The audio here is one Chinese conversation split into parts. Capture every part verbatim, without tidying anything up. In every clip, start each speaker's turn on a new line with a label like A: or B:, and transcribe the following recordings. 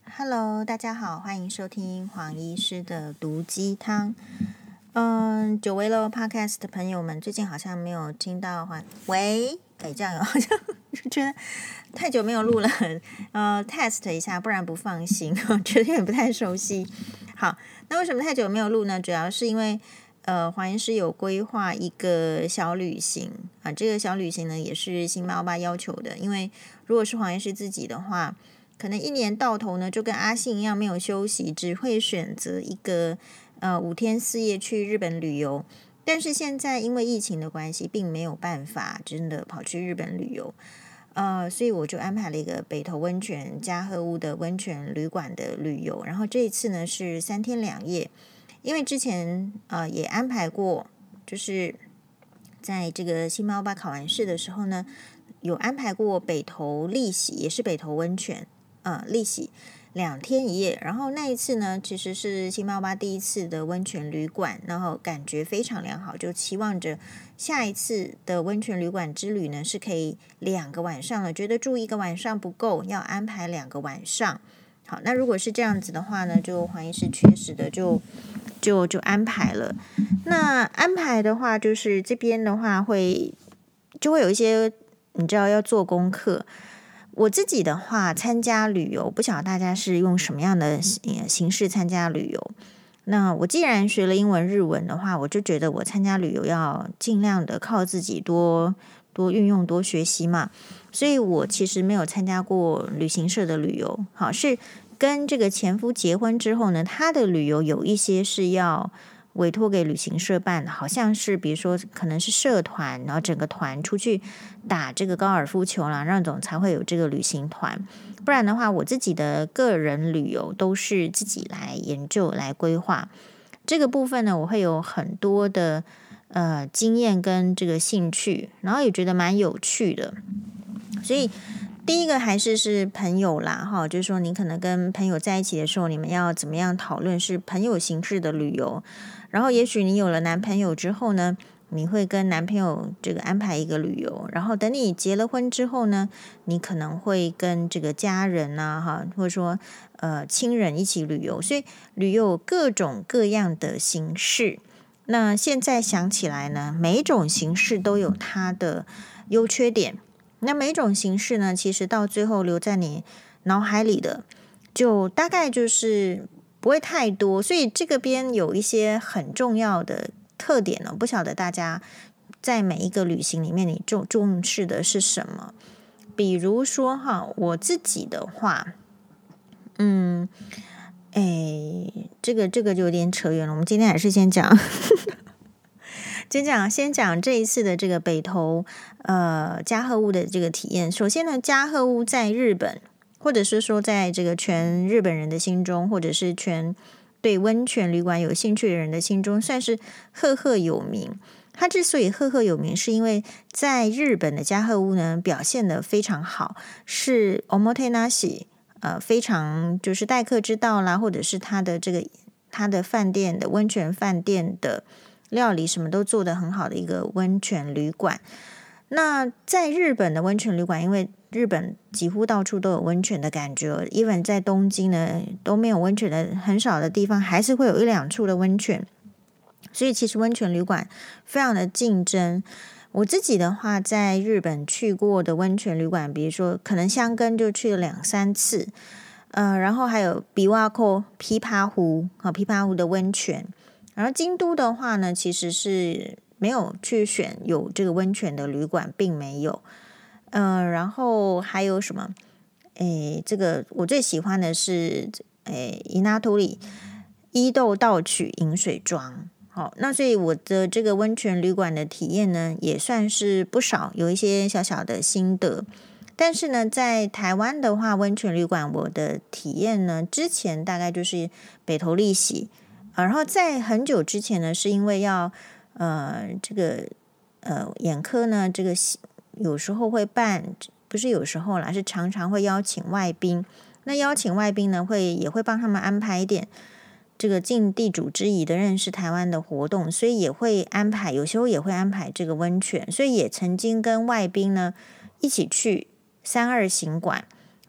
A: Hello，大家好，欢迎收听黄医师的毒鸡汤。嗯，久违了 Podcast 的朋友们，最近好像没有听到黄喂，哎，这样好像觉得太久没有录了，呃，test 一下，不然不放心，觉得有点不太熟悉。好，那为什么太久没有录呢？主要是因为呃，黄医师有规划一个小旅行啊，这个小旅行呢也是新猫爸要求的，因为如果是黄医师自己的话。可能一年到头呢，就跟阿信一样没有休息，只会选择一个呃五天四夜去日本旅游。但是现在因为疫情的关系，并没有办法真的跑去日本旅游，呃，所以我就安排了一个北投温泉加贺屋的温泉旅馆的旅游。然后这一次呢是三天两夜，因为之前呃也安排过，就是在这个新猫爸考完试的时候呢，有安排过北投利喜，也是北投温泉。呃，利喜两天一夜，然后那一次呢，其实是新猫爸第一次的温泉旅馆，然后感觉非常良好，就期望着下一次的温泉旅馆之旅呢是可以两个晚上了，觉得住一个晚上不够，要安排两个晚上。好，那如果是这样子的话呢，就黄医师确实的就就就安排了。那安排的话，就是这边的话会就会有一些你知道要做功课。我自己的话，参加旅游，不晓得大家是用什么样的形式参加旅游。那我既然学了英文、日文的话，我就觉得我参加旅游要尽量的靠自己多多运用、多学习嘛。所以我其实没有参加过旅行社的旅游，好，是跟这个前夫结婚之后呢，他的旅游有一些是要委托给旅行社办的，好像是比如说可能是社团，然后整个团出去打这个高尔夫球啦，那种才会有这个旅行团。不然的话，我自己的个人旅游都是自己来研究来规划。这个部分呢，我会有很多的呃经验跟这个兴趣，然后也觉得蛮有趣的。所以第一个还是是朋友啦，哈，就是说你可能跟朋友在一起的时候，你们要怎么样讨论是朋友形式的旅游。然后也许你有了男朋友之后呢，你会跟男朋友这个安排一个旅游，然后等你结了婚之后呢，你可能会跟这个家人啊，哈，或者说呃亲人一起旅游，所以旅游有各种各样的形式。那现在想起来呢，每一种形式都有它的优缺点。那每一种形式呢，其实到最后留在你脑海里的，就大概就是不会太多，所以这个边有一些很重要的特点呢，不晓得大家在每一个旅行里面你重重视的是什么？比如说哈，我自己的话，嗯，哎，这个这个就有点扯远了，我们今天还是先讲。先讲先讲这一次的这个北投呃加贺屋的这个体验。首先呢，加贺屋在日本，或者是说在这个全日本人的心中，或者是全对温泉旅馆有兴趣的人的心中，算是赫赫有名。它之所以赫赫有名，是因为在日本的加贺屋呢表现得非常好，是 omotenashi 呃非常就是待客之道啦，或者是它的这个它的饭店的温泉饭店的料理什么都做得很好的一个温泉旅馆。那在日本的温泉旅馆，因为日本几乎到处都有温泉的感觉 even 在东京呢都没有温泉的很少的地方，还是会有一两处的温泉，所以其实温泉旅馆非常的竞争。我自己的话，在日本去过的温泉旅馆，比如说可能箱根就去了两三次，呃，然后还有比瓦扣琵琶湖和琵琶湖的温泉。然后京都的话呢，其实是没有去选有这个温泉的旅馆，并没有。呃，然后还有什么？诶，这个我最喜欢的是诶伊那图里伊豆道取饮水庄。好，那所以我的这个温泉旅馆的体验呢，也算是不少，有一些小小的心得。但是呢，在台湾的话，温泉旅馆我的体验呢，之前大概就是北投利喜。然后在很久之前呢，是因为要呃这个呃眼科呢，这个有时候会办，不是有时候啦，是常常会邀请外宾。那邀请外宾呢，会也会帮他们安排一点这个尽地主之谊的认识台湾的活动，所以也会安排，有时候也会安排这个温泉，所以也曾经跟外宾呢一起去三二行馆。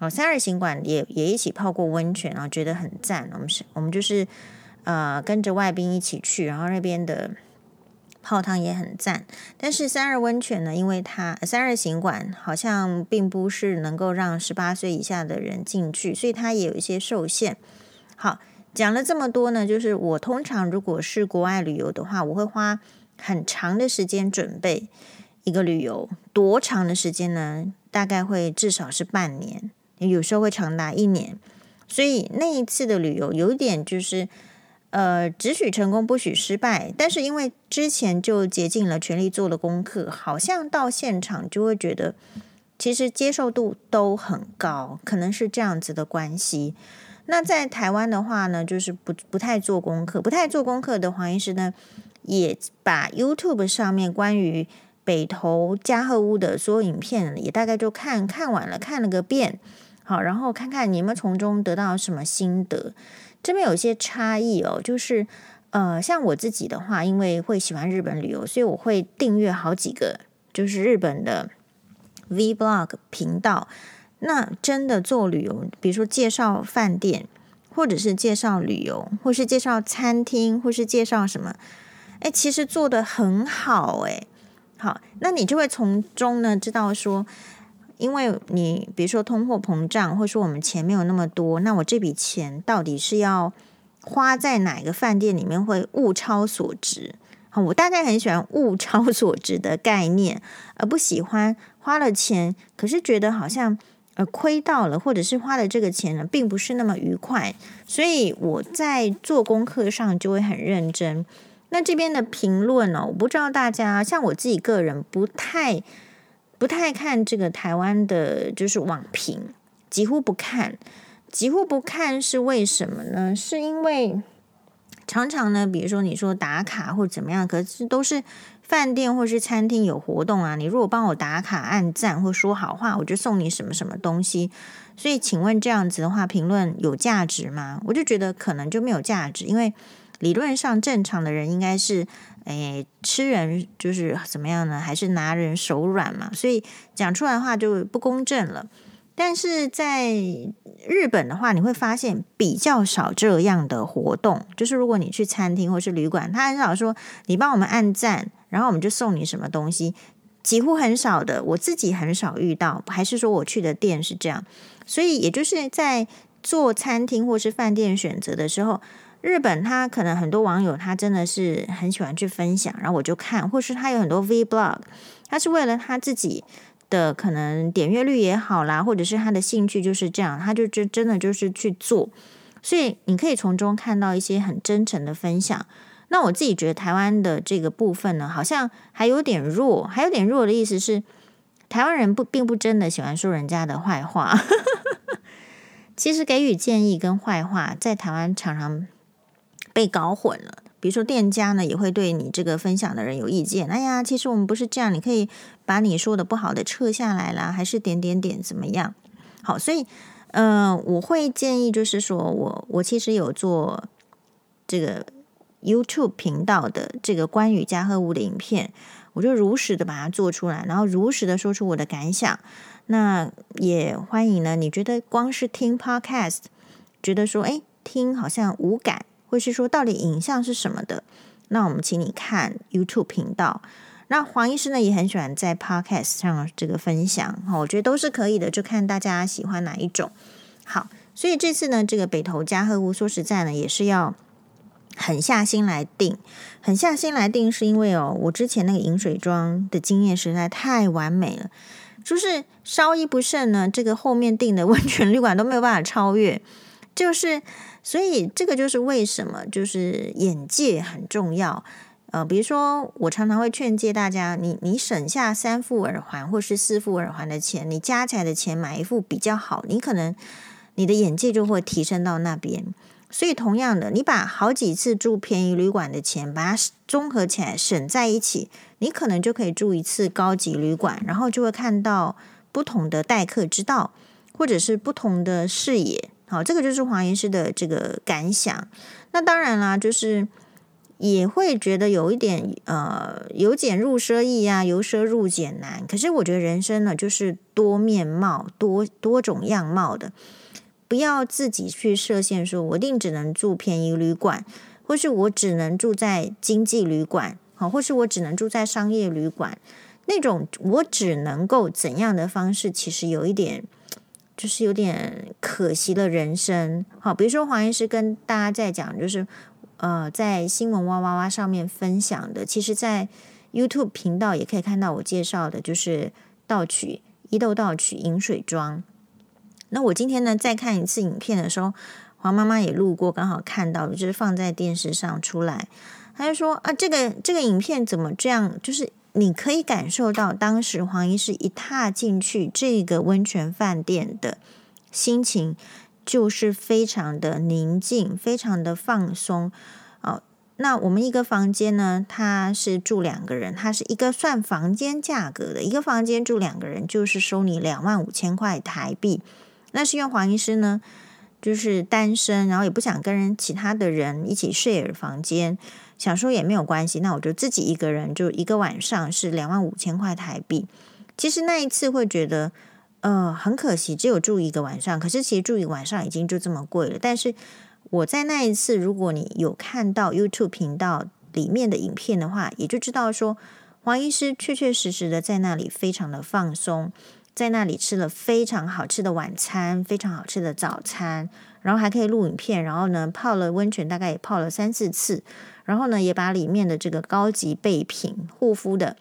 A: 哦，三二行馆也也一起泡过温泉，然后觉得很赞。我们是，我们就是呃跟着外宾一起去，然后那边的泡汤也很赞。但是三二温泉呢，因为它三二行馆好像并不是能够让十八岁以下的人进去，所以它也有一些受限。好，讲了这么多呢，就是我通常如果是国外旅游的话，我会花很长的时间准备一个旅游，多长的时间呢？大概会至少是半年。有时候会长达一年，所以那一次的旅游有一点就是，呃，只许成功不许失败。但是因为之前就竭尽了全力做了功课，好像到现场就会觉得，其实接受度都很高，可能是这样子的关系。那在台湾的话呢，就是不不太做功课，不太做功课的黄医师呢，也把 YouTube 上面关于北投嘉禾屋的所有影片也大概就看看完了，看了个遍。好，然后看看你有没有从中得到什么心得。这边有些差异哦，就是呃，像我自己的话，因为会喜欢日本旅游，所以我会订阅好几个就是日本的 Vlog 频道。那真的做旅游，比如说介绍饭店，或者是介绍旅游，或是介绍餐厅，或是介绍什么，哎，其实做得很好哎。好，那你就会从中呢知道说，因为你比如说通货膨胀，或者说我们钱没有那么多，那我这笔钱到底是要花在哪个饭店里面会物超所值？好，我大概很喜欢物超所值的概念，而不喜欢花了钱，可是觉得好像呃亏到了，或者是花了这个钱呢，并不是那么愉快，所以我在做功课上就会很认真。那这边的评论呢，我不知道大家，像我自己个人不太。不太看这个台湾的就是网评，几乎不看，几乎不看是为什么呢？是因为常常呢，比如说你说打卡或者怎么样，可是都是饭店或是餐厅有活动啊，你如果帮我打卡、按赞或说好话，我就送你什么什么东西。所以请问这样子的话，评论有价值吗？我就觉得可能就没有价值，因为理论上正常的人应该是。诶，吃人就是怎么样呢？还是拿人手软嘛？所以讲出来的话就不公正了。但是在日本的话，你会发现比较少这样的活动。就是如果你去餐厅或是旅馆，他很少说你帮我们按赞，然后我们就送你什么东西，几乎很少的。我自己很少遇到，还是说我去的店是这样。所以也就是在做餐厅或是饭店选择的时候。日本他可能很多网友他真的是很喜欢去分享，然后我就看，或是他有很多 Vlog， 他是为了他自己的可能点阅率也好啦，或者是他的兴趣就是这样，他就真真的就是去做，所以你可以从中看到一些很真诚的分享。那我自己觉得台湾的这个部分呢，好像还有点弱，还有点弱的意思是台湾人不并不真的喜欢说人家的坏话，其实给予建议跟坏话在台湾常常被搞混了，比如说店家呢也会对你这个分享的人有意见。哎呀，其实我们不是这样，你可以把你说的不好的撤下来啦，还是点点点怎么样？好，所以呃，我会建议就是说我我其实有做这个 YouTube 频道的这个关于嘉禾屋的影片，我就如实的把它做出来，然后如实的说出我的感想。那也欢迎呢，你觉得光是听 Podcast 觉得说哎听好像无感，或是说到底影像是什么的，那我们请你看 YouTube 频道。那黄医师呢也很喜欢在 Podcast 上这个分享，我觉得都是可以的，就看大家喜欢哪一种。好，所以这次呢这个北投嘉禾屋说实在呢也是要狠下心来定，狠下心来定是因为哦，我之前那个饮水庄的经验实在太完美了，就是稍一不慎呢，这个后面订的温泉旅馆都没有办法超越，就是所以这个就是为什么就是眼界很重要。呃，比如说我常常会劝诫大家，你你省下三副耳环或是四副耳环的钱，你加起来的钱买一副比较好，你可能你的眼界就会提升到那边。所以同样的，你把好几次住便宜旅馆的钱把它综合起来省在一起，你可能就可以住一次高级旅馆，然后就会看到不同的待客之道，或者是不同的视野。好，这个就是黄医师的这个感想。那当然啦，就是也会觉得有一点呃由俭入奢易啊，由奢入俭难。可是我觉得人生呢，就是多面貌、多多种样貌的，不要自己去设限，说我一定只能住便宜旅馆，或是我只能住在经济旅馆，好，或是我只能住在商业旅馆。那种我只能够怎样的方式，其实有一点就是有点可惜了人生。好，比如说黄医师跟大家在讲，就是呃，在新闻哇哇哇上面分享的，其实在 YouTube 频道也可以看到我介绍的，就是盗取伊豆盗取饮水庄。那我今天呢再看一次影片的时候，黄妈妈也路过，刚好看到，就是放在电视上出来，她就说啊，这个这个影片怎么这样？就是你可以感受到当时黄医师一踏进去这个温泉饭店的心情，就是非常的宁静，非常的放松。哦，那我们一个房间呢，它是住两个人，它是一个算房间价格的，一个房间住两个人就是收你两万五千块台币。那是因为黄医师呢，就是单身，然后也不想跟人其他的人一起 share 房间。想说也没有关系，那我就自己一个人，就一个晚上是两万五千块台币。其实那一次会觉得，呃，很可惜，只有住一个晚上。可是其实住一个晚上已经就这么贵了。但是我在那一次，如果你有看到 YouTube 频道里面的影片的话，也就知道说，黄医师确确实实的在那里非常的放松，在那里吃了非常好吃的晚餐，非常好吃的早餐，然后还可以录影片，然后呢泡了温泉，大概也泡了三四次。然后呢，也把里面的这个高级备品护肤的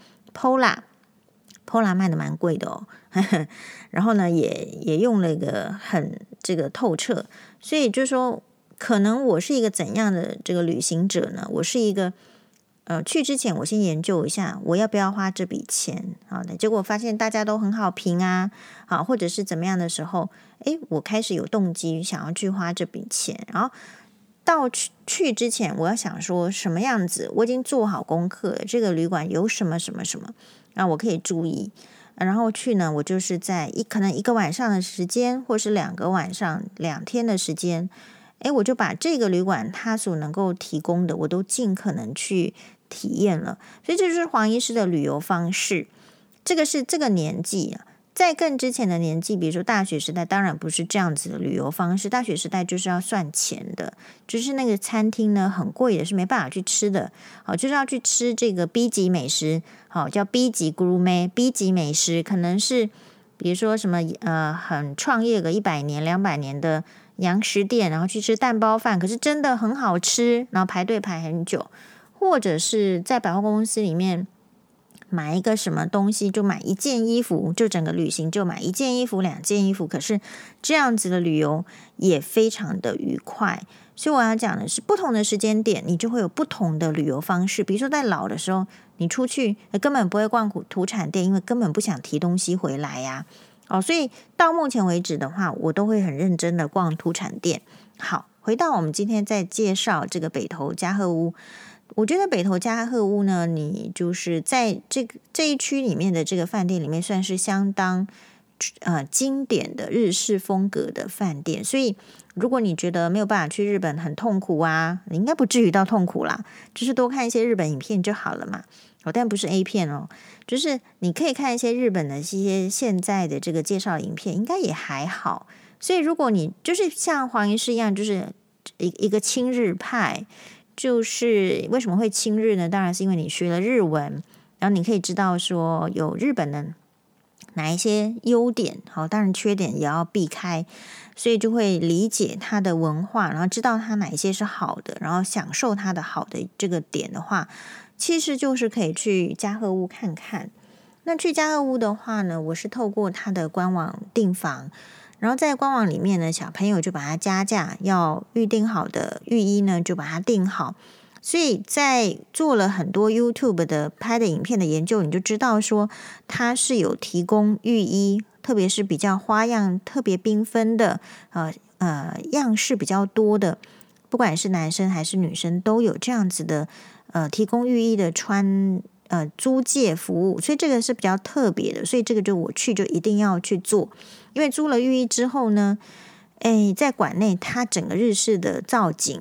A: Pola，Pola 卖的蛮贵的哦。然后呢，也也用了一个很这个透彻，所以就说，可能我是一个怎样的这个旅行者呢？我是一个呃，去之前我先研究一下我要不要花这笔钱啊。结果发现大家都很好评啊，啊，或者是怎么样的时候，诶，我开始有动机想要去花这笔钱，然后。到去去之前，我要想说什么样子，我已经做好功课了。这个旅馆有什么什么什么，然后我可以注意。然后去呢，我就是在一可能一个晚上的时间，或是两个晚上、两天的时间，诶，我就把这个旅馆它所能够提供的，我都尽可能去体验了。所以这就是黄医师的旅游方式。这个是这个年纪啊。在更之前的年纪，比如说大学时代，当然不是这样子的旅游方式。大学时代就是要算钱的，就是那个餐厅呢很贵的，是没办法去吃的。好，就是要去吃这个 B 级美食，好叫 B 级 gourmet，B 级美食可能是比如说什么呃很创业个一百年、两百年的洋食店，然后去吃蛋包饭，可是真的很好吃，然后排队排很久，或者是在百货公司里面。买一个什么东西就买一件衣服，就整个旅行就买一件衣服、两件衣服。可是这样子的旅游也非常的愉快。所以我要讲的是，不同的时间点，你就会有不同的旅游方式。比如说在老的时候，你出去根本不会逛土产店，因为根本不想提东西回来呀。哦，所以到目前为止的话，我都会很认真的逛土产店。好，回到我们今天在介绍这个北投嘉禾屋。我觉得北投嘉禾屋呢，你就是在这个这一区里面的这个饭店里面，算是相当呃经典的日式风格的饭店。所以，如果你觉得没有办法去日本很痛苦啊，你应该不至于到痛苦啦，就是多看一些日本影片就好了嘛。哦，但不是 A 片哦，就是你可以看一些日本的一些现在的这个介绍影片，应该也还好。所以，如果你就是像黄医师一样，就是一一个亲日派。就是为什么会亲日呢？当然是因为你学了日文，然后你可以知道说有日本的哪一些优点，好，当然缺点也要避开，所以就会理解它的文化，然后知道它哪一些是好的，然后享受它的好的这个点的话，其实就是可以去嘉禾屋看看。那去嘉禾屋的话呢，我是透过它的官网订房。然后在官网里面呢，小朋友就把它加价，要预定好的浴衣呢就把它订好。所以在做了很多 YouTube 的拍的影片的研究，你就知道说它是有提供浴衣，特别是比较花样特别缤纷的，呃呃样式比较多的，不管是男生还是女生都有这样子的呃提供浴衣的穿呃租借服务，所以这个是比较特别的，所以这个就我去就一定要去做。因为租了浴衣之后呢，诶，在馆内它整个日式的造景，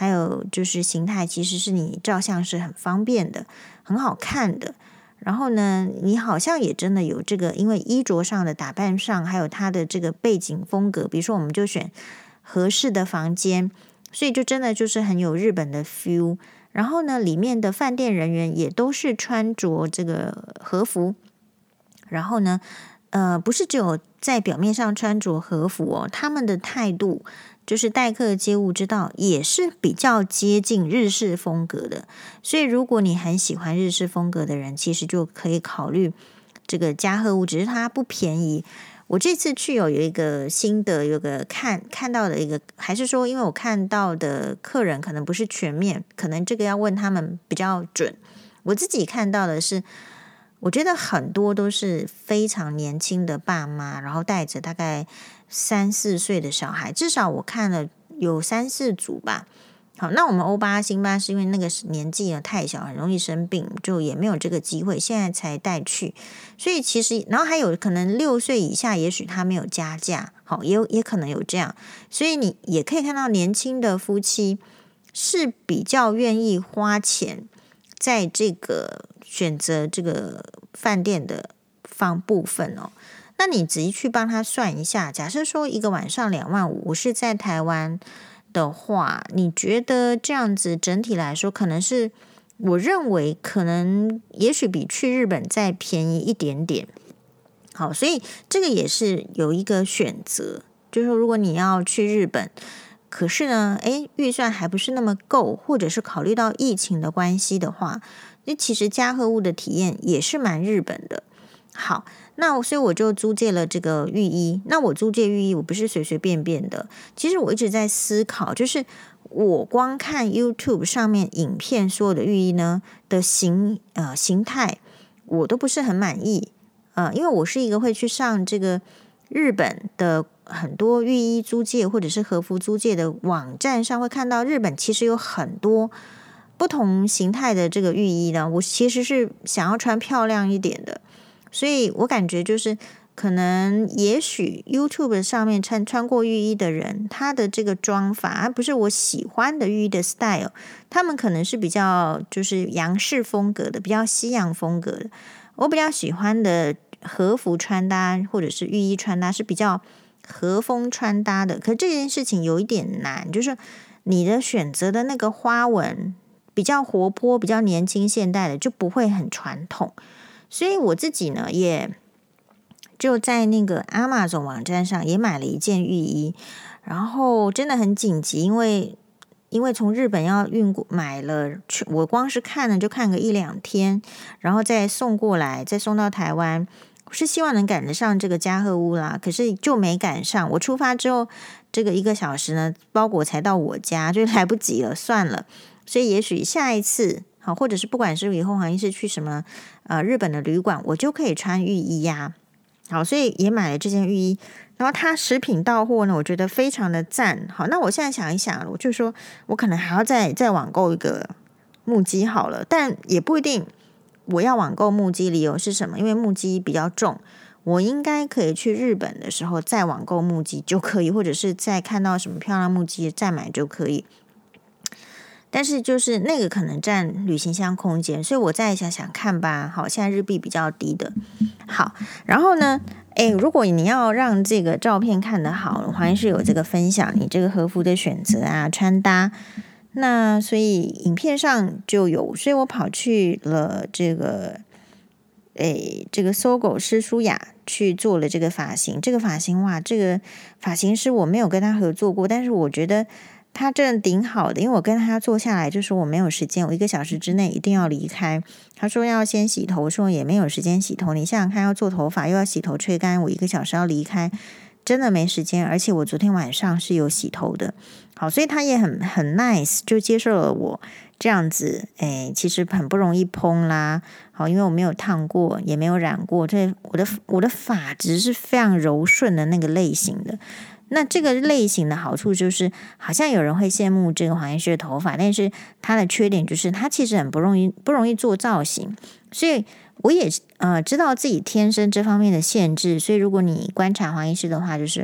A: 还有就是形态，其实是你照相是很方便的，很好看的。然后呢，你好像也真的有这个，因为衣着上的打扮上，还有它的这个背景风格，比如说我们就选合适的房间，所以就真的就是很有日本的 feel。然后呢，里面的饭店人员也都是穿着这个和服，然后呢，呃，不是只有在表面上穿着和服哦，他们的态度就是待客接物之道也是比较接近日式风格的。所以如果你很喜欢日式风格的人，其实就可以考虑这个加贺屋，只是它不便宜。我这次去有有一个新的，有个看看到的一个，还是说因为我看到的客人可能不是全面，可能这个要问他们比较准。我自己看到的是，我觉得很多都是非常年轻的爸妈，然后带着大概三四岁的小孩，至少我看了有三四组吧。好，那我们欧巴辛巴是因为那个年纪呢太小，很容易生病，就也没有这个机会，现在才带去。所以其实，然后还有可能六岁以下，也许他没有加价，好，也有也可能有这样。所以你也可以看到，年轻的夫妻是比较愿意花钱在这个选择这个饭店的方部分哦。那你仔细去帮他算一下，假设说一个晚上两万五，是在台湾的话，你觉得这样子整体来说，可能是我认为可能也许比去日本再便宜一点点。好，所以这个也是有一个选择，就是说如果你要去日本，可是呢，诶，预算还不是那么够，或者是考虑到疫情的关系的话，那其实加贺屋的体验也是蛮日本的。好，那所以我就租借了这个浴衣。那我租借浴衣，我不是随随便便的。其实我一直在思考，就是我光看 YouTube 上面影片所有的浴衣呢的形呃形态，我都不是很满意。呃，因为我是一个会去上这个日本的很多浴衣租借或者是和服租借的网站上，会看到日本其实有很多不同形态的这个浴衣呢。我其实是想要穿漂亮一点的。所以我感觉就是可能也许 YouTube 上面穿穿过浴衣的人，他的这个妆法而不是我喜欢的浴衣的 style， 他们可能是比较就是洋式风格的，比较西洋风格的。我比较喜欢的和服穿搭或者是浴衣穿搭是比较和风穿搭的，可这件事情有一点难，就是你的选择的那个花纹比较活泼，比较年轻现代的，就不会很传统。所以我自己呢，也就在那个 Amazon 网站上也买了一件浴衣，然后真的很紧急，因为因为从日本要运过买了，我光是看了就看个一两天，然后再送过来，再送到台湾，我是希望能赶得上这个加贺屋啦，可是就没赶上。我出发之后，这个一个小时呢，包裹才到我家，就来不及了，算了。所以也许下一次。好，或者是不管是以后黄医师去什么呃日本的旅馆，我就可以穿浴衣呀、啊。好，所以也买了这件浴衣，然后它食品到货呢，我觉得非常的赞。好，那我现在想一想，我就说我可能还要再再网购一个木屐好了，但也不一定我要网购木屐，理由是什么？因为木屐比较重，我应该可以去日本的时候再网购木屐就可以，或者是再看到什么漂亮木屐再买就可以。但是就是那个可能占旅行箱空间，所以我再想想看吧。好，现在日币比较低的。好，然后呢，诶，如果你要让这个照片看得好，黄医师有这个分享你这个和服的选择啊、穿搭。那所以影片上就有，所以我跑去了这个，诶，这个搜狗施舒雅去做了这个发型。这个发型哇，这个发型师我没有跟他合作过，但是我觉得。他真的顶好的，因为我跟他坐下来就说我没有时间，我一个小时之内一定要离开。他说要先洗头，我说也没有时间洗头。你想想看，要做头发又要洗头吹干，我一个小时要离开，真的没时间。而且我昨天晚上是有洗头的，好，所以他也很很 nice， 就接受了我这样子。哎，其实很不容易蓬啦，好，因为我没有烫过，也没有染过，这我的我的发质是非常柔顺的那个类型的。那这个类型的好处就是，好像有人会羡慕这个黄医师的头发，但是它的缺点就是它其实很不容易不容易做造型，所以我也呃知道自己天生这方面的限制，所以如果你观察黄医师的话，就是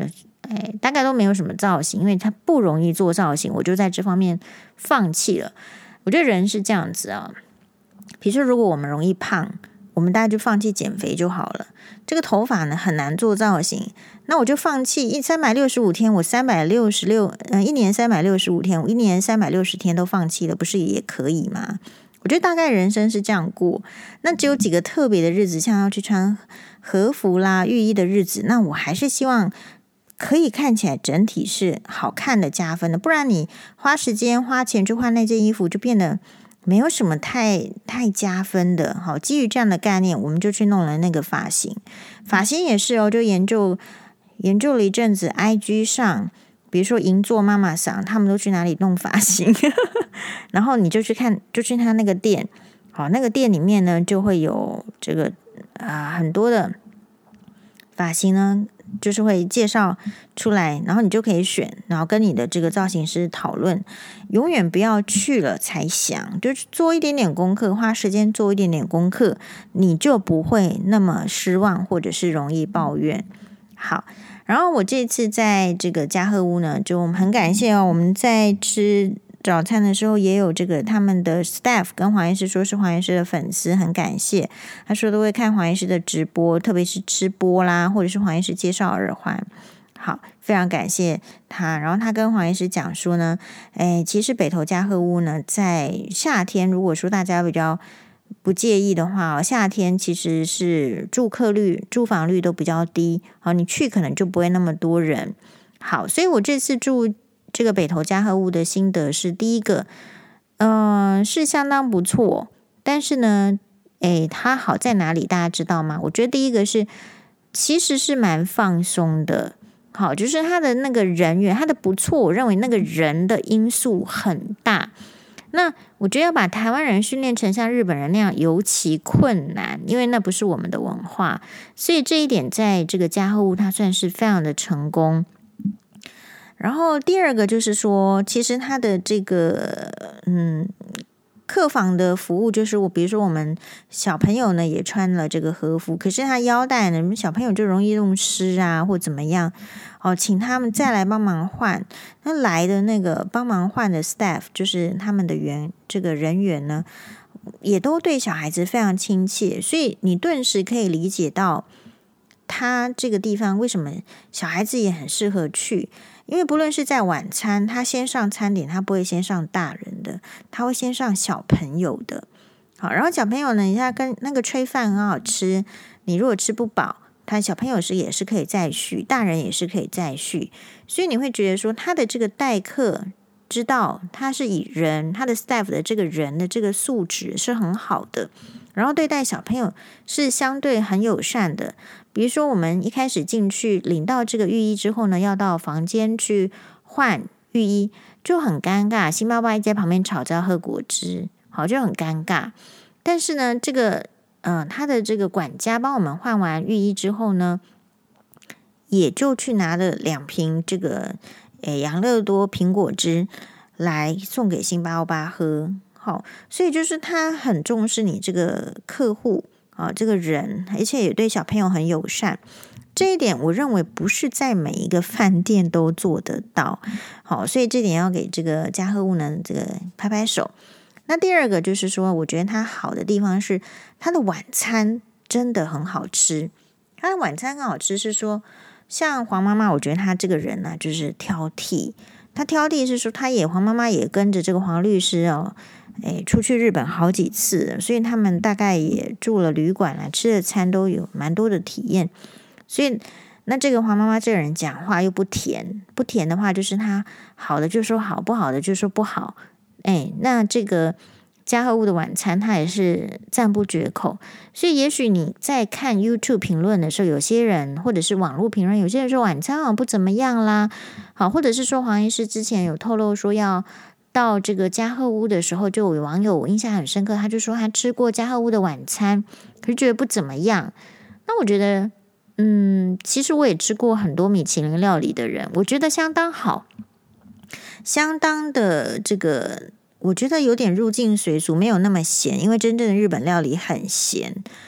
A: 哎，大概都没有什么造型，因为它不容易做造型，我就在这方面放弃了。我觉得人是这样子啊，比如说如果我们容易胖，我们大概就放弃减肥就好了。这个头发呢很难做造型，那我就放弃一三百六十五天，我三百六十六，嗯，一年三百六十五天，我一年三百六十天都放弃了，不是也可以吗？我觉得大概人生是这样过。那只有几个特别的日子，像要去穿和服啦、浴衣的日子，那我还是希望可以看起来整体是好看的、加分的，不然你花时间花钱去换那件衣服，就变得没有什么太太加分的。好，基于这样的概念，我们就去弄了那个发型。发型也是哦，就研究研究了一阵子 I G 上，比如说银座妈妈桑，他们都去哪里弄发型然后你就去看，就去他那个店。好，那个店里面呢就会有这个啊、呃、很多的发型呢，就是会介绍出来，然后你就可以选，然后跟你的这个造型师讨论。永远不要去了才想，就是做一点点功课，花时间做一点点功课，你就不会那么失望，或者是容易抱怨。好，然后我这次在这个嘉禾屋呢，就我们很感谢哦，我们在吃早餐的时候也有这个他们的 staff 跟黄医师说是黄医师的粉丝，很感谢。他说都会看黄医师的直播，特别是吃播啦，或者是黄医师介绍耳环。好，非常感谢他。然后他跟黄医师讲说呢，哎，其实北投嘉禾屋呢，在夏天如果说大家比较不介意的话，夏天其实是住客率、住房率都比较低，好，你去可能就不会那么多人。好，所以我这次住这个北投嘉禾屋的心得是，第一个，嗯、呃，是相当不错，但是呢，诶，它好在哪里？大家知道吗？我觉得第一个是，其实是蛮放松的。好，就是他的那个人员，他的不错，我认为那个人的因素很大。那我觉得要把台湾人训练成像日本人那样尤其困难，因为那不是我们的文化，所以这一点在这个嘉禾屋它算是非常的成功。然后第二个就是说，其实他的这个嗯客房的服务，就是我比如说我们小朋友呢也穿了这个和服，可是他腰带呢，小朋友就容易弄湿啊或怎么样，哦，请他们再来帮忙换。那来的那个帮忙换的 staff， 就是他们的员这个人员呢，也都对小孩子非常亲切，所以你顿时可以理解到他这个地方为什么小孩子也很适合去。因为不论是在晚餐，他先上餐点，他不会先上大人的，他会先上小朋友的。好，然后小朋友呢，他跟那个炊饭很好吃，你如果吃不饱，他小朋友是也是可以再续，大人也是可以再续，所以你会觉得说他的这个待客知道他是以人，他的 staff 的这个人的这个素质是很好的，然后对待小朋友是相对很友善的。比如说我们一开始进去领到这个浴衣之后呢，要到房间去换浴衣，就很尴尬，新爸爸一在旁边吵着要喝果汁，好，就很尴尬。但是呢，这个嗯、呃，他的这个管家帮我们换完浴衣之后呢，也就去拿了两瓶这个诶养乐多苹果汁来送给辛巴欧巴喝。好，所以就是他很重视你这个客户啊，这个人，而且也对小朋友很友善。这一点我认为不是在每一个饭店都做得到。好，所以这点要给这个嘉禾屋呢这个拍拍手。那第二个就是说，我觉得它好的地方是它的晚餐真的很好吃。它的晚餐很好吃是说，像黄妈妈，我觉得她这个人呢、啊、就是挑剔。她挑剔是说，她也黄妈妈也跟着这个黄律师哦，诶，出去日本好几次，所以他们大概也住了旅馆啦，吃的餐都有蛮多的体验。所以那这个黄妈妈这个人讲话又不甜，不甜的话就是她好的就说好，不好的就说不好。哎，那这个嘉禾屋的晚餐他也是赞不绝口。所以也许你在看 YouTube 评论的时候，有些人或者是网络评论，有些人说晚餐好像不怎么样啦，好，或者是说黄医师之前有透露说要到这个嘉禾屋的时候，就有网友印象很深刻，他就说他吃过嘉禾屋的晚餐，可是觉得不怎么样。那我觉得嗯，其实我也吃过很多米其林料理的人，我觉得相当好，相当的这个，我觉得有点入境随俗，没有那么咸，因为真正的日本料理很咸。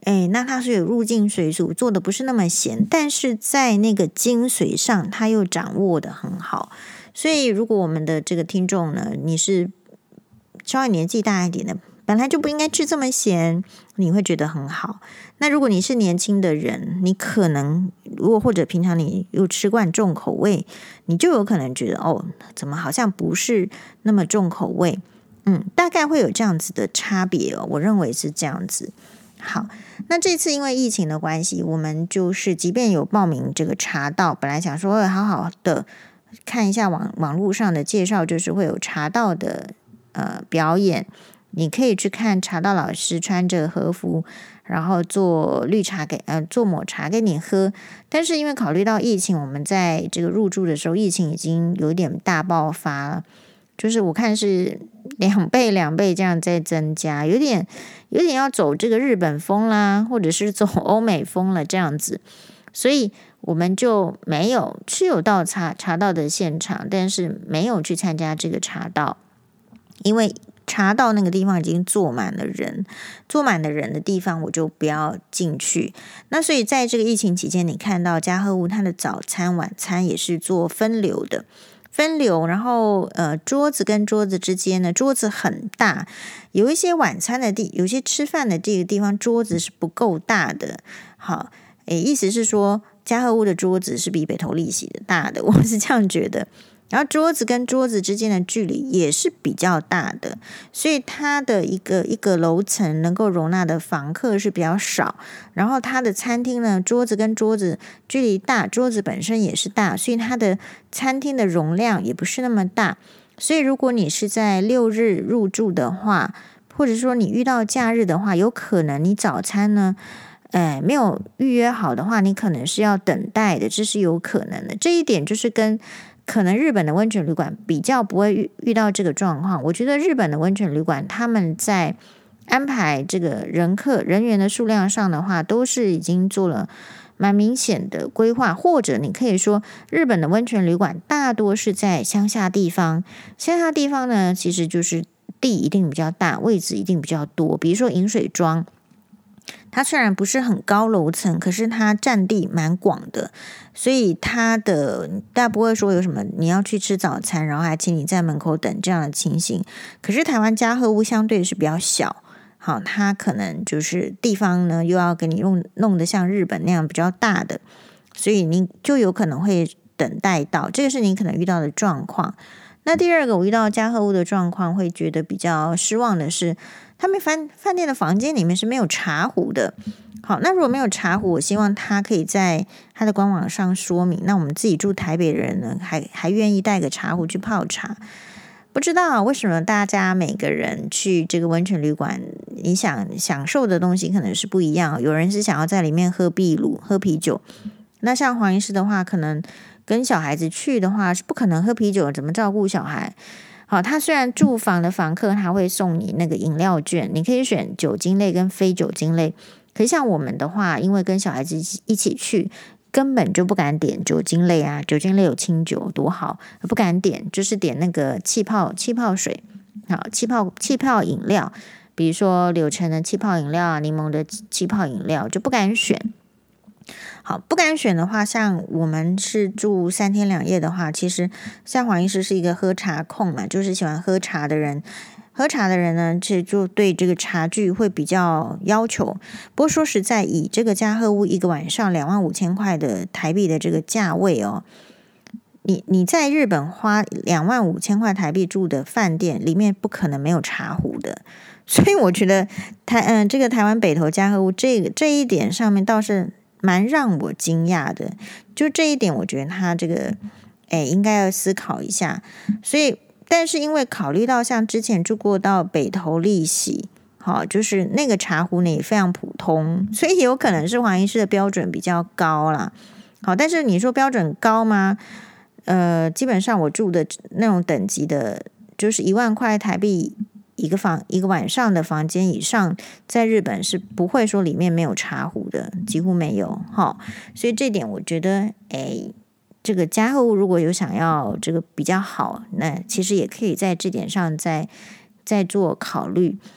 A: 哎，那它是有入境水煮，做的不是那么咸，但是在那个精髓上，它又掌握的很好。所以，如果我们的这个听众呢，你是稍微年纪大一点的，本来就不应该吃这么咸，你会觉得很好。那如果你是年轻的人，你可能如果或者平常你又吃惯重口味，你就有可能觉得哦，怎么好像不是那么重口味。嗯，大概会有这样子的差别哦，我认为是这样子。好，那这次因为疫情的关系，我们就是即便有报名这个茶道，本来想说会好好的看一下网网络上的介绍，就是会有茶道的呃表演，你可以去看茶道老师穿着和服，然后做绿茶给呃做抹茶给你喝。但是因为考虑到疫情，我们在这个入住的时候，疫情已经有点大爆发了。就是我看是两倍两倍这样在增加，有点有点要走这个日本风啦，或者是走欧美风了这样子，所以我们就没有是有到茶茶道的现场，但是没有去参加这个茶道，因为茶道那个地方已经坐满了人，坐满了人的地方我就不要进去。那所以在这个疫情期间，你看到嘉禾屋它的早餐晚餐也是做分流的。分流，然后呃，桌子跟桌子之间呢，桌子很大，有一些晚餐的地，有些吃饭的这个地方桌子是不够大的。好，诶，意思是说嘉禾屋的桌子是比北投利喜的大的，我是这样觉得。然后桌子跟桌子之间的距离也是比较大的，所以它的一个一个楼层能够容纳的房客是比较少。然后它的餐厅呢，桌子跟桌子距离大，桌子本身也是大，所以它的餐厅的容量也不是那么大。所以如果你是在六日入住的话，或者说你遇到假日的话，有可能你早餐呢，哎，没有预约好的话，你可能是要等待的，这是有可能的。这一点就是跟可能日本的温泉旅馆比较不会遇遇到这个状况。我觉得日本的温泉旅馆他们在安排这个人客人员的数量上的话，都是已经做了蛮明显的规划，或者你可以说日本的温泉旅馆大多是在乡下地方，乡下地方呢其实就是地一定比较大，位置一定比较多。比如说饮水庄，它虽然不是很高楼层，可是它占地蛮广的，所以它的大家不会说有什么你要去吃早餐，然后还请你在门口等这样的情形。可是台湾嘉禾屋相对是比较小，好，它可能就是地方呢又要给你弄弄得像日本那样比较大的，所以你就有可能会等待到，这个是你可能遇到的状况。那第二个我遇到嘉禾屋的状况会觉得比较失望的是，他们饭饭店的房间里面是没有茶壶的。好，那如果没有茶壶，我希望他可以在他的官网上说明。那我们自己住台北的人呢，还还愿意带个茶壶去泡茶。不知道为什么大家每个人去这个温泉旅馆，你想享受的东西可能是不一样。有人是想要在里面喝秘鲁、喝啤酒。那像黄医师的话，可能跟小孩子去的话是不可能喝啤酒，怎么照顾小孩？好，他虽然住房的房客他会送你那个饮料券，你可以选酒精类跟非酒精类。可是像我们的话，因为跟小孩子一起去，根本就不敢点酒精类啊，酒精类有清酒多好，不敢点，就是点那个气泡气泡水，好，气泡气泡饮料，比如说柳橙的气泡饮料啊，柠檬的气泡饮料就不敢选。好，不敢选的话，像我们是住三天两夜的话，其实像黄医师是一个喝茶控嘛，就是喜欢喝茶的人。喝茶的人呢，其实就对这个茶具会比较要求。不过说实在，以这个嘉禾屋一个晚上两万五千块的台币的这个价位哦，你你在日本花两万五千块台币住的饭店里面，不可能没有茶壶的。所以我觉得台嗯，这个台湾北投嘉禾屋这个这一点上面倒是蛮让我惊讶的，就这一点，我觉得他这个，哎，应该要思考一下。所以，但是因为考虑到像之前住过到北投利喜，好，就是那个茶壶呢也非常普通，所以有可能是黄医师的标准比较高啦。好，但是你说标准高吗？呃，基本上我住的那种等级的，就是一万块台币。一个房一个晚上的房间以上，在日本是不会说里面没有茶壶的，几乎没有哈。所以这点我觉得，哎，这个嘉禾屋如果有想要这个比较好，那其实也可以在这点上再再做考虑。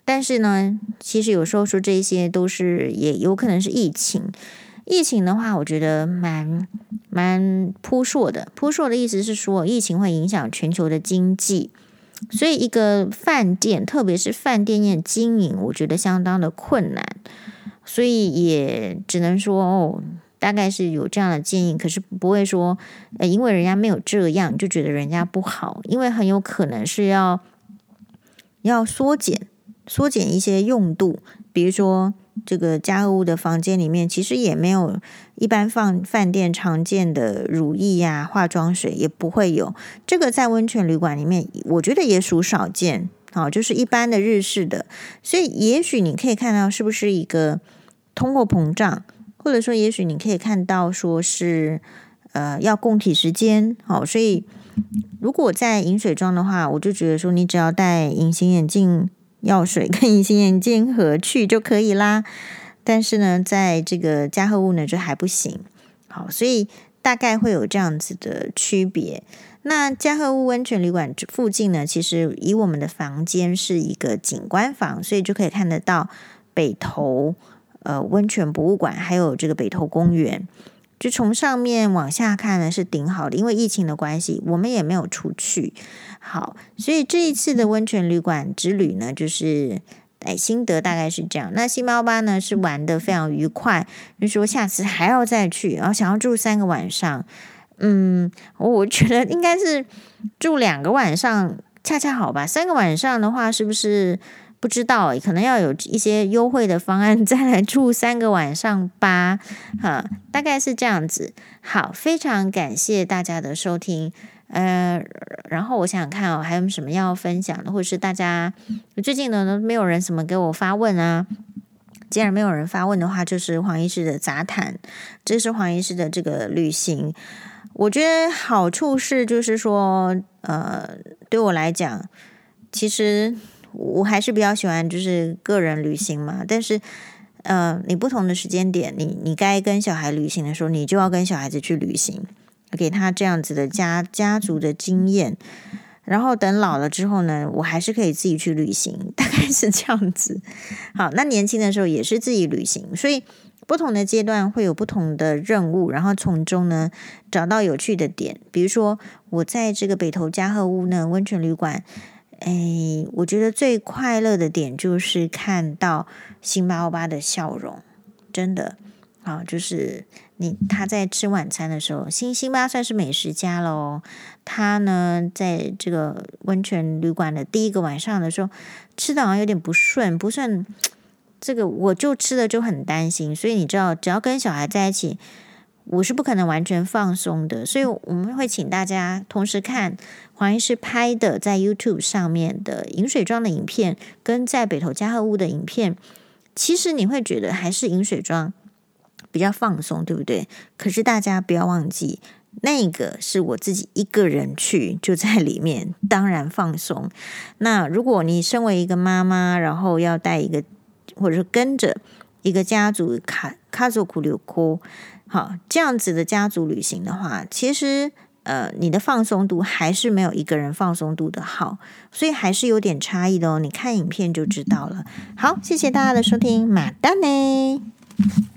A: 但是呢，其实有时候说这些都是也有可能是疫情。疫情的话，我觉得蛮蛮扑朔的。扑朔的意思是说，疫情会影响全球的经济，所以一个饭店，特别是饭店业经营，我觉得相当的困难。所以也只能说哦，大概是有这样的建议，可是不会说，呃，因为人家没有这样，就觉得人家不好，因为很有可能是要要缩减缩减一些用度，比如说。这个家务的房间里面，其实也没有一般放饭店常见的乳液呀、化妆水也不会有。这个在温泉旅馆里面，我觉得也属少见。好，就是一般的日式的，所以也许你可以看到是不是一个通货膨胀，或者说也许你可以看到说是呃要供体时间。好，所以如果在饮水庄的话，我就觉得说你只要戴隐形眼镜。药水跟隐形眼镜盒去就可以啦，但是呢，在这个加贺屋呢就还不行。好，所以大概会有这样子的区别。那加贺屋温泉旅馆附近呢，其实以我们的房间是一个景观房，所以就可以看得到北投呃温泉博物馆，还有这个北投公园。就从上面往下看呢是顶好的，因为疫情的关系，我们也没有出去。好，所以这一次的温泉旅馆之旅呢，就是哎心得大概是这样。那新猫吧呢是玩得非常愉快，就说下次还要再去，然后想要住三个晚上。嗯，我觉得应该是住两个晚上恰恰好吧，三个晚上的话是不是？不知道，可能要有一些优惠的方案，再来住三个晚上吧，哈，大概是这样子。好，非常感谢大家的收听，呃，然后我想想看哦，还有什么要分享的，或者是大家最近呢没有人什么给我发问啊？既然没有人发问的话，就是黄医师的杂谈，这是黄医师的这个旅行。我觉得好处是，就是说，呃，对我来讲，其实。我还是比较喜欢就是个人旅行嘛，但是呃，你不同的时间点，你你该跟小孩旅行的时候，你就要跟小孩子去旅行，给他这样子的家家族的经验，然后等老了之后呢，我还是可以自己去旅行，大概是这样子。好，那年轻的时候也是自己旅行，所以不同的阶段会有不同的任务，然后从中呢找到有趣的点，比如说我在这个北投加贺屋呢温泉旅馆。哎，我觉得最快乐的点就是看到辛巴欧巴的笑容，真的好，就是你他在吃晚餐的时候，辛辛巴算是美食家喽。他呢，在这个温泉旅馆的第一个晚上的时候，吃的好像有点不顺，不顺。这个我就吃的就很担心，所以你知道，只要跟小孩在一起。我是不可能完全放松的，所以我们会请大家同时看黄医师拍的在 YouTube 上面的饮水庄的影片，跟在北投加贺屋的影片。其实你会觉得还是饮水庄比较放松，对不对？可是大家不要忘记，那个是我自己一个人去，就在里面，当然放松。那如果你身为一个妈妈，然后要带一个，或者是跟着一个家族卡卡族库留库。好，这样子的家族旅行的话，其实呃，你的放松度还是没有一个人放松度的好，所以还是有点差异的哦。你看影片就知道了。好，谢谢大家的收听，马丹呢。